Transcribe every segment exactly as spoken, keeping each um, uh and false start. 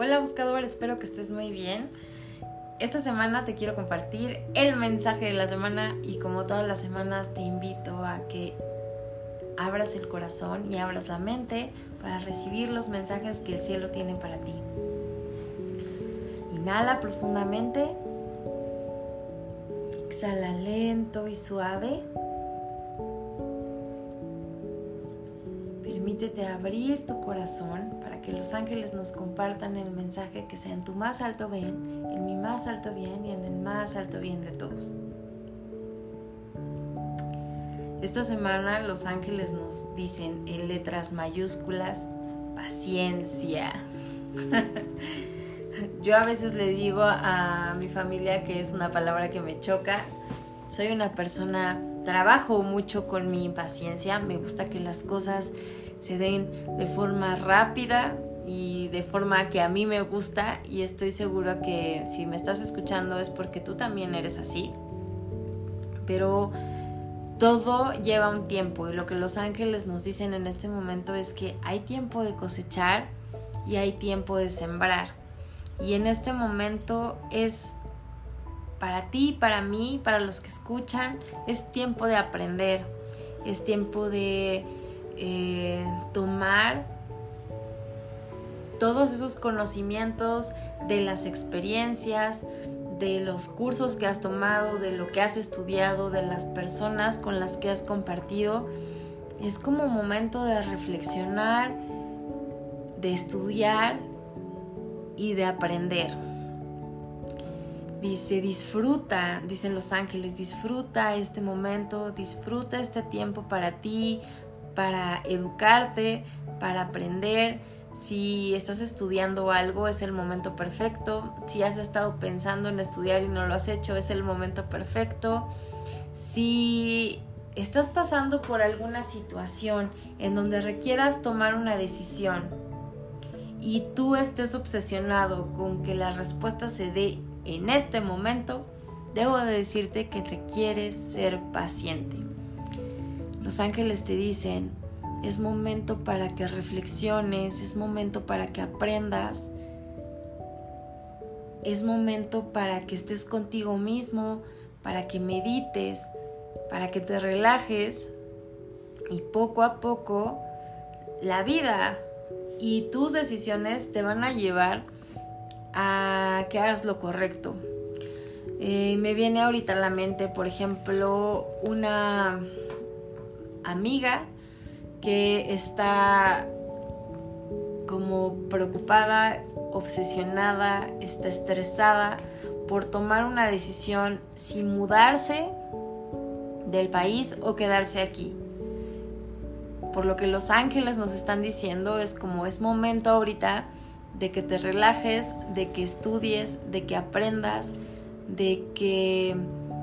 Hola buscador, espero que estés muy bien. Esta semana te quiero compartir el mensaje de la semana y como todas las semanas te invito a que abras el corazón y abras la mente para recibir los mensajes que el cielo tiene para ti. Inhala profundamente, exhala lento y suave. Permítete abrir tu corazón para que los ángeles nos compartan el mensaje que sea en tu más alto bien, en mi más alto bien y en el más alto bien de todos. Esta semana los ángeles nos dicen en letras mayúsculas, paciencia. Yo a veces le digo a mi familia que es una palabra que me choca. Soy una persona, trabajo mucho con mi impaciencia, me gusta que las cosas se den de forma rápida y de forma que a mí me gusta, y estoy segura que si me estás escuchando es porque tú también eres así. Pero todo lleva un tiempo, y lo que los ángeles nos dicen en este momento es que hay tiempo de cosechar y hay tiempo de sembrar. Y en este momento es para ti, para mí, para los que escuchan, es tiempo de aprender, es tiempo de eh, tomar todos esos conocimientos de las experiencias, de los cursos que has tomado, de lo que has estudiado, de las personas con las que has compartido. Es como momento de reflexionar, de estudiar y de aprender. Dice, disfruta, dicen los ángeles, disfruta este momento, disfruta este tiempo para ti, para educarte, para aprender. Si estás estudiando algo, es el momento perfecto. Si has estado pensando en estudiar y no lo has hecho, es el momento perfecto. Si estás pasando por alguna situación en donde requieras tomar una decisión y tú estés obsesionado con que la respuesta se dé en este momento, debo de decirte que requieres ser paciente. Los ángeles te dicen, es momento para que reflexiones, es momento para que aprendas, es momento para que estés contigo mismo, para que medites, para que te relajes, y poco a poco la vida y tus decisiones te van a llevar a que hagas lo correcto. Eh, me viene ahorita a la mente, por ejemplo, una amiga que está como preocupada, obsesionada, está estresada por tomar una decisión si mudarse del país o quedarse aquí. Por lo que los ángeles nos están diciendo es como es momento ahorita de que te relajes, de que estudies, de que aprendas, de que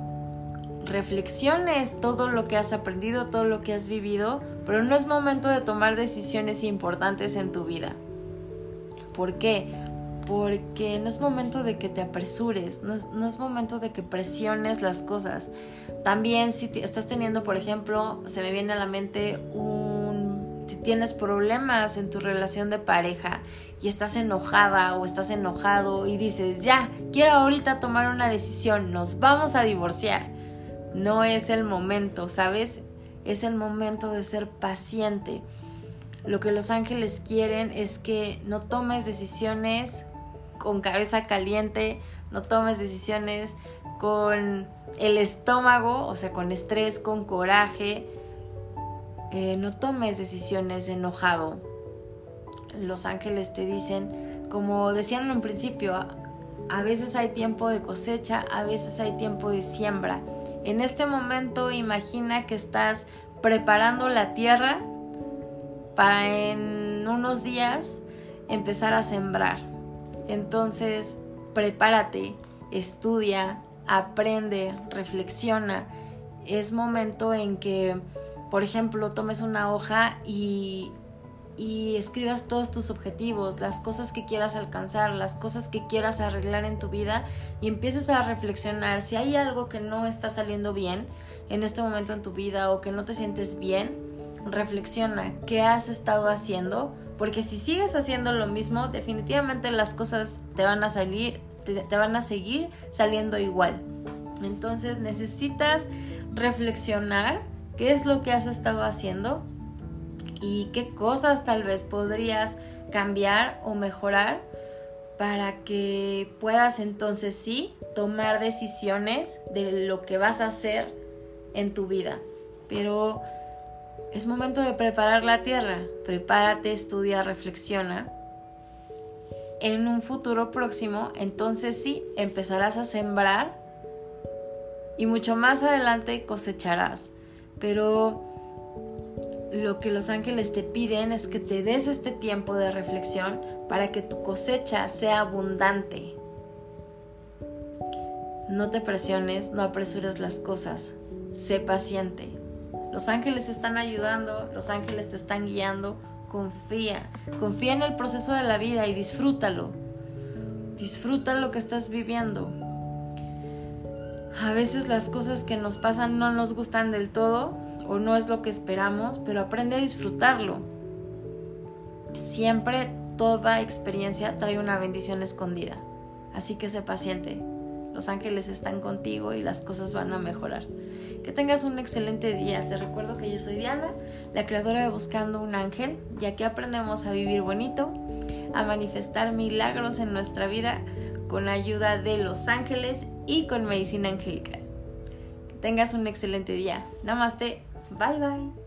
reflexiones todo lo que has aprendido, todo lo que has vivido, pero no es momento de tomar decisiones importantes en tu vida. ¿Por qué? Porque no es momento de que te apresures, no es, no es momento de que presiones las cosas. También si t- estás teniendo, por ejemplo, se me viene a la mente un si tienes problemas en tu relación de pareja y estás enojada o estás enojado y dices, ya, quiero ahorita tomar una decisión, nos vamos a divorciar. No es el momento, ¿sabes? Es el momento de ser paciente. Lo que los ángeles quieren es que no tomes decisiones con cabeza caliente, no tomes decisiones con el estómago, o sea, con estrés, con coraje. Eh, no tomes decisiones enojado. Los ángeles te dicen, como decían en un principio, a, a veces hay tiempo de cosecha, a veces hay tiempo de siembra. En este momento imagina que estás preparando la tierra para en unos días empezar a sembrar. Entonces, prepárate, estudia, aprende, reflexiona. Es momento en que, por ejemplo, tomes una hoja y, y escribas todos tus objetivos, las cosas que quieras alcanzar, las cosas que quieras arreglar en tu vida, y empieces a reflexionar si hay algo que no está saliendo bien en este momento en tu vida o que no te sientes bien. Reflexiona qué has estado haciendo, Porque si sigues haciendo lo mismo, definitivamente las cosas te van a salir, te, te van a seguir saliendo igual. Entonces necesitas reflexionar qué es lo que has estado haciendo y qué cosas tal vez podrías cambiar o mejorar para que puedas entonces sí tomar decisiones de lo que vas a hacer en tu vida. Pero es momento de preparar la tierra. Prepárate, estudia, reflexiona. En un futuro próximo, entonces sí, empezarás a sembrar y mucho más adelante cosecharás. Pero lo que los ángeles te piden es que te des este tiempo de reflexión para que tu cosecha sea abundante. No te presiones, no apresures las cosas. Sé paciente. Los ángeles te están ayudando, los ángeles te están guiando. Confía, confía en el proceso de la vida y disfrútalo. Disfruta lo que estás viviendo. A veces las cosas que nos pasan no nos gustan del todo o no es lo que esperamos, pero aprende a disfrutarlo. Siempre toda experiencia trae una bendición escondida, así que sé paciente. Los ángeles están contigo y las cosas van a mejorar. Que tengas un excelente día. Te recuerdo que yo soy Diana, la creadora de Buscando un Ángel, y aquí aprendemos a vivir bonito, a manifestar milagros en nuestra vida con ayuda de los ángeles y con medicina angelical. Que tengas un excelente día. Namaste. Bye bye.